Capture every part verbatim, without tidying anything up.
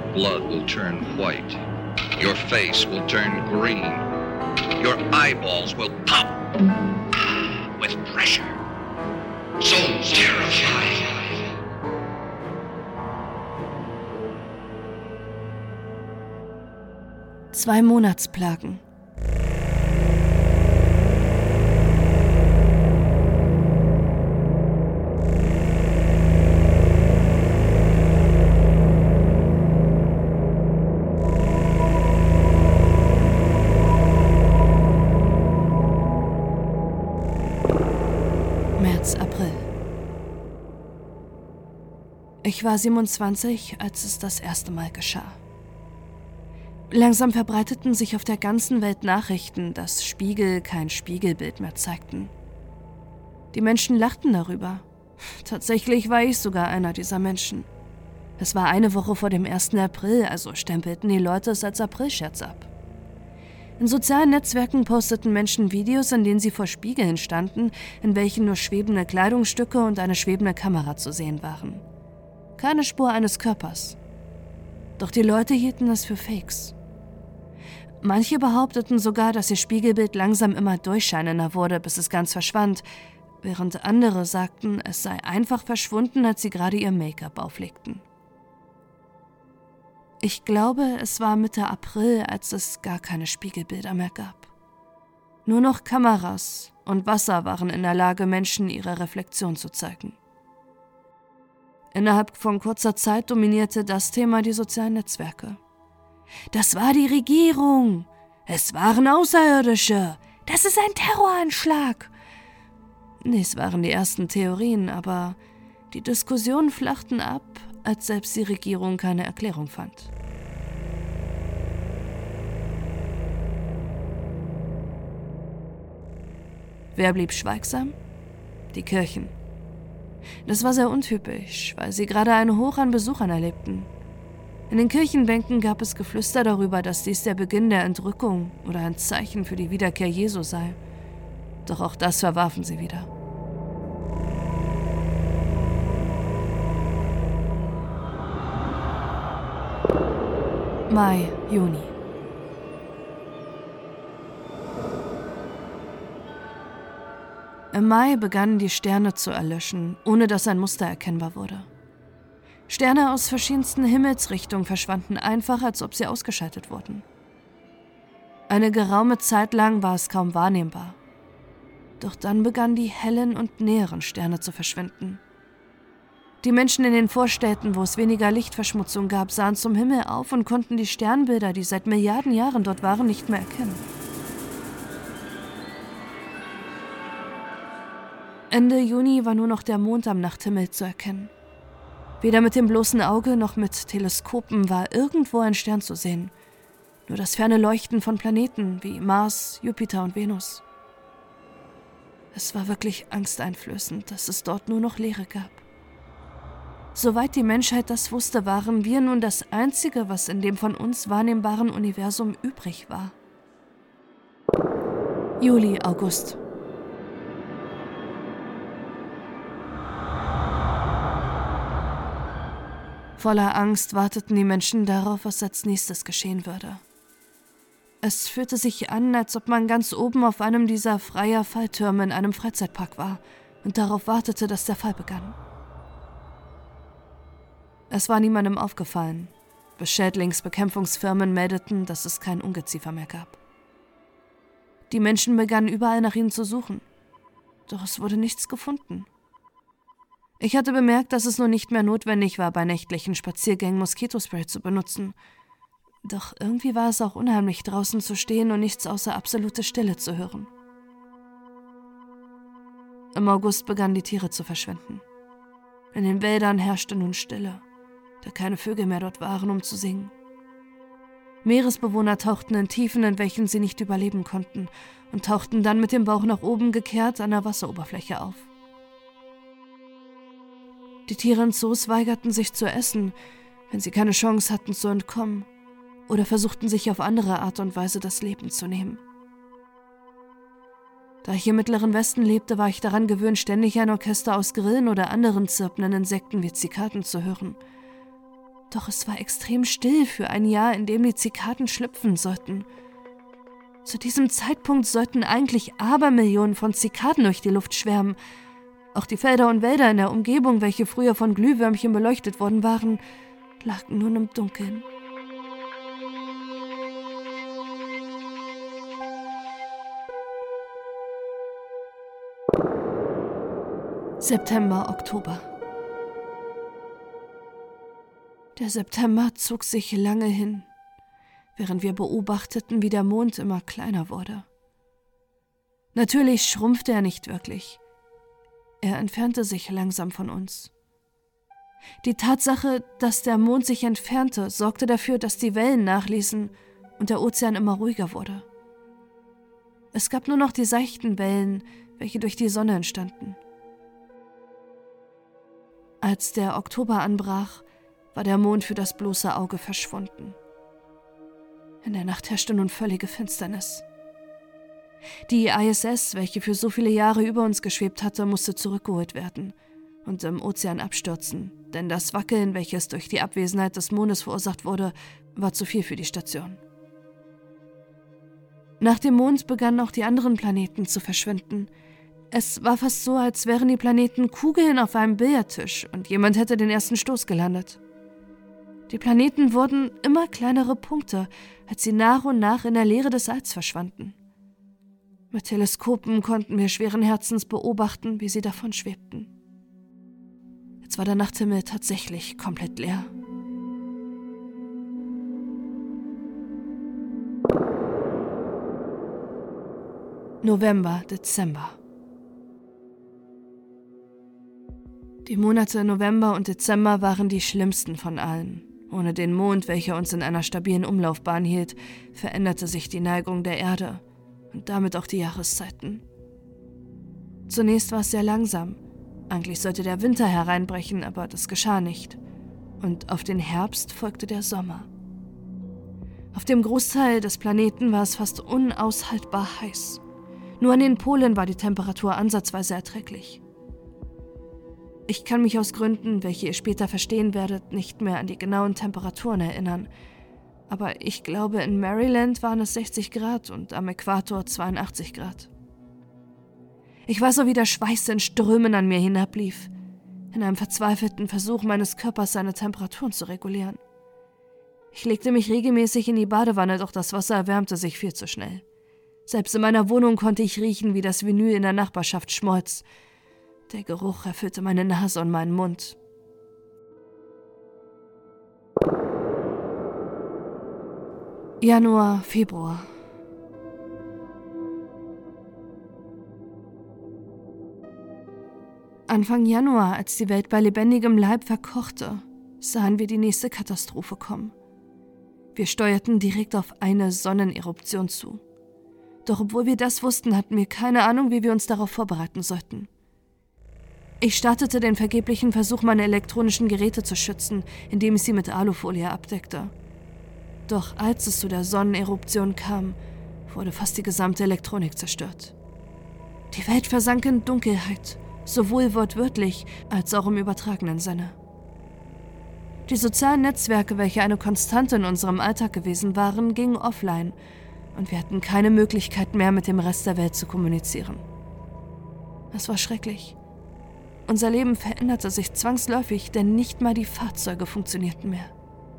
blood will turn white. Your face will turn green. Your eyeballs will pop with pressure. So terrifying. Zwei Monatsplagen. März, April. Ich war siebenundzwanzig, als es das erste Mal geschah. Langsam verbreiteten sich auf der ganzen Welt Nachrichten, dass Spiegel kein Spiegelbild mehr zeigten. Die Menschen lachten darüber. Tatsächlich war ich sogar einer dieser Menschen. Es war eine Woche vor dem ersten April, also stempelten die Leute es als Aprilscherz ab. In sozialen Netzwerken posteten Menschen Videos, in denen sie vor Spiegeln standen, in welchen nur schwebende Kleidungsstücke und eine schwebende Kamera zu sehen waren. Keine Spur eines Körpers. Doch die Leute hielten es für Fakes. Manche behaupteten sogar, dass ihr Spiegelbild langsam immer durchscheinender wurde, bis es ganz verschwand, während andere sagten, es sei einfach verschwunden, als sie gerade ihr Make-up auflegten. Ich glaube, es war Mitte April, als es gar keine Spiegelbilder mehr gab. Nur noch Kameras und Wasser waren in der Lage, Menschen ihre Reflexion zu zeigen. Innerhalb von kurzer Zeit dominierte das Thema die sozialen Netzwerke. Das war die Regierung. Es waren Außerirdische. Das ist ein Terroranschlag. Dies waren die ersten Theorien, aber die Diskussionen flachten ab, als selbst die Regierung keine Erklärung fand. Wer blieb schweigsam? Die Kirchen. Das war sehr untypisch, weil sie gerade einen Hoch an Besuchern erlebten. In den Kirchenbänken gab es Geflüster darüber, dass dies der Beginn der Entrückung oder ein Zeichen für die Wiederkehr Jesu sei. Doch auch das verwarfen sie wieder. Mai, Juni. Im Mai begannen die Sterne zu erlöschen, ohne dass ein Muster erkennbar wurde. Sterne aus verschiedensten Himmelsrichtungen verschwanden einfach, als ob sie ausgeschaltet wurden. Eine geraume Zeit lang war es kaum wahrnehmbar. Doch dann begannen die hellen und näheren Sterne zu verschwinden. Die Menschen in den Vorstädten, wo es weniger Lichtverschmutzung gab, sahen zum Himmel auf und konnten die Sternbilder, die seit Milliarden Jahren dort waren, nicht mehr erkennen. Ende Juni war nur noch der Mond am Nachthimmel zu erkennen. Weder mit dem bloßen Auge noch mit Teleskopen war irgendwo ein Stern zu sehen. Nur das ferne Leuchten von Planeten wie Mars, Jupiter und Venus. Es war wirklich angsteinflößend, dass es dort nur noch Leere gab. Soweit die Menschheit das wusste, waren wir nun das Einzige, was in dem von uns wahrnehmbaren Universum übrig war. Juli, August. Voller Angst warteten die Menschen darauf, was als nächstes geschehen würde. Es fühlte sich an, als ob man ganz oben auf einem dieser freier Falltürme in einem Freizeitpark war und darauf wartete, dass der Fall begann. Es war niemandem aufgefallen, bis Schädlingsbekämpfungsfirmen meldeten, dass es kein Ungeziefer mehr gab. Die Menschen begannen überall nach ihnen zu suchen, doch es wurde nichts gefunden. Ich hatte bemerkt, dass es nun nicht mehr notwendig war, bei nächtlichen Spaziergängen Moskitospray zu benutzen. Doch irgendwie war es auch unheimlich, draußen zu stehen und nichts außer absolute Stille zu hören. Im August begannen die Tiere zu verschwinden. In den Wäldern herrschte nun Stille, da keine Vögel mehr dort waren, um zu singen. Meeresbewohner tauchten in Tiefen, in welchen sie nicht überleben konnten, und tauchten dann mit dem Bauch nach oben gekehrt an der Wasseroberfläche auf. Die Tiere in Zoos weigerten sich zu essen, wenn sie keine Chance hatten zu entkommen, oder versuchten sich auf andere Art und Weise das Leben zu nehmen. Da ich im Mittleren Westen lebte, war ich daran gewöhnt, ständig ein Orchester aus Grillen oder anderen zirpenden Insekten wie Zikaden zu hören. Doch es war extrem still für ein Jahr, in dem die Zikaden schlüpfen sollten. Zu diesem Zeitpunkt sollten eigentlich Abermillionen von Zikaden durch die Luft schwärmen. Auch die Felder und Wälder in der Umgebung, welche früher von Glühwürmchen beleuchtet worden waren, lagen nun im Dunkeln. September, Oktober. Der September zog sich lange hin, während wir beobachteten, wie der Mond immer kleiner wurde. Natürlich schrumpfte er nicht wirklich. Er entfernte sich langsam von uns. Die Tatsache, dass der Mond sich entfernte, sorgte dafür, dass die Wellen nachließen und der Ozean immer ruhiger wurde. Es gab nur noch die seichten Wellen, welche durch die Sonne entstanden. Als der Oktober anbrach, war der Mond für das bloße Auge verschwunden. In der Nacht herrschte nun völlige Finsternis. Die I S S, welche für so viele Jahre über uns geschwebt hatte, musste zurückgeholt werden und im Ozean abstürzen, denn das Wackeln, welches durch die Abwesenheit des Mondes verursacht wurde, war zu viel für die Station. Nach dem Mond begannen auch die anderen Planeten zu verschwinden. Es war fast so, als wären die Planeten Kugeln auf einem Billardtisch und jemand hätte den ersten Stoß gelandet. Die Planeten wurden immer kleinere Punkte, als sie nach und nach in der Leere des Alls verschwanden. Mit Teleskopen konnten wir schweren Herzens beobachten, wie sie davon schwebten. Jetzt war der Nachthimmel tatsächlich komplett leer. November, Dezember. Die Monate November und Dezember waren die schlimmsten von allen. Ohne den Mond, welcher uns in einer stabilen Umlaufbahn hielt, veränderte sich die Neigung der Erde und damit auch die Jahreszeiten. Zunächst war es sehr langsam. Eigentlich sollte der Winter hereinbrechen, aber das geschah nicht. Und auf den Herbst folgte der Sommer. Auf dem Großteil des Planeten war es fast unaushaltbar heiß. Nur an den Polen war die Temperatur ansatzweise erträglich. Ich kann mich aus Gründen, welche ihr später verstehen werdet, nicht mehr an die genauen Temperaturen erinnern. Aber ich glaube, in Maryland waren es sechzig Grad und am Äquator zweiundachtzig Grad. Ich war so, wie der Schweiß in Strömen an mir hinablief, in einem verzweifelten Versuch meines Körpers, seine Temperaturen zu regulieren. Ich legte mich regelmäßig in die Badewanne, doch das Wasser erwärmte sich viel zu schnell. Selbst in meiner Wohnung konnte ich riechen, wie das Vinyl in der Nachbarschaft schmolz. Der Geruch erfüllte meine Nase und meinen Mund. Januar, Februar. Anfang Januar, als die Welt bei lebendigem Leib verkochte, sahen wir die nächste Katastrophe kommen. Wir steuerten direkt auf eine Sonneneruption zu. Doch obwohl wir das wussten, hatten wir keine Ahnung, wie wir uns darauf vorbereiten sollten. Ich startete den vergeblichen Versuch, meine elektronischen Geräte zu schützen, indem ich sie mit Alufolie abdeckte. Doch als es zu der Sonneneruption kam, wurde fast die gesamte Elektronik zerstört. Die Welt versank in Dunkelheit, sowohl wortwörtlich als auch im übertragenen Sinne. Die sozialen Netzwerke, welche eine Konstante in unserem Alltag gewesen waren, gingen offline und wir hatten keine Möglichkeit mehr, mit dem Rest der Welt zu kommunizieren. Es war schrecklich. Unser Leben veränderte sich zwangsläufig, denn nicht mal die Fahrzeuge funktionierten mehr.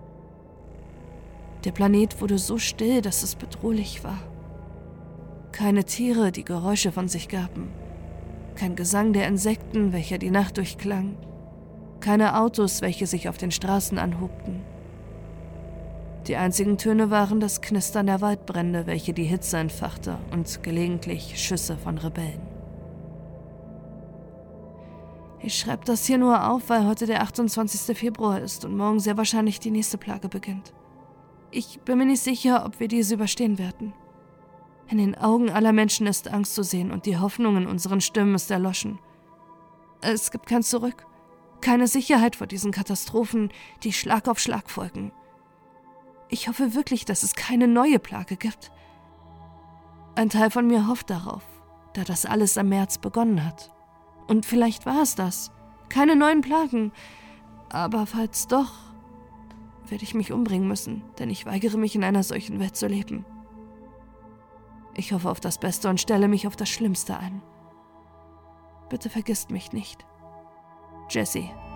Der Planet wurde so still, dass es bedrohlich war. Keine Tiere, die Geräusche von sich gaben. Kein Gesang der Insekten, welcher die Nacht durchklang. Keine Autos, welche sich auf den Straßen anhubten. Die einzigen Töne waren das Knistern der Waldbrände, welche die Hitze entfachte, und gelegentlich Schüsse von Rebellen. Ich schreibe das hier nur auf, weil heute der achtundzwanzigste Februar ist und morgen sehr wahrscheinlich die nächste Plage beginnt. Ich bin mir nicht sicher, ob wir diese überstehen werden. In den Augen aller Menschen ist Angst zu sehen und die Hoffnung in unseren Stimmen ist erloschen. Es gibt kein Zurück, keine Sicherheit vor diesen Katastrophen, die Schlag auf Schlag folgen. Ich hoffe wirklich, dass es keine neue Plage gibt. Ein Teil von mir hofft darauf, da das alles im März begonnen hat. Und vielleicht war es das. Keine neuen Plagen. Aber falls doch, werde ich mich umbringen müssen, denn ich weigere mich, in einer solchen Welt zu leben. Ich hoffe auf das Beste und stelle mich auf das Schlimmste ein. Bitte vergisst mich nicht. Jessie.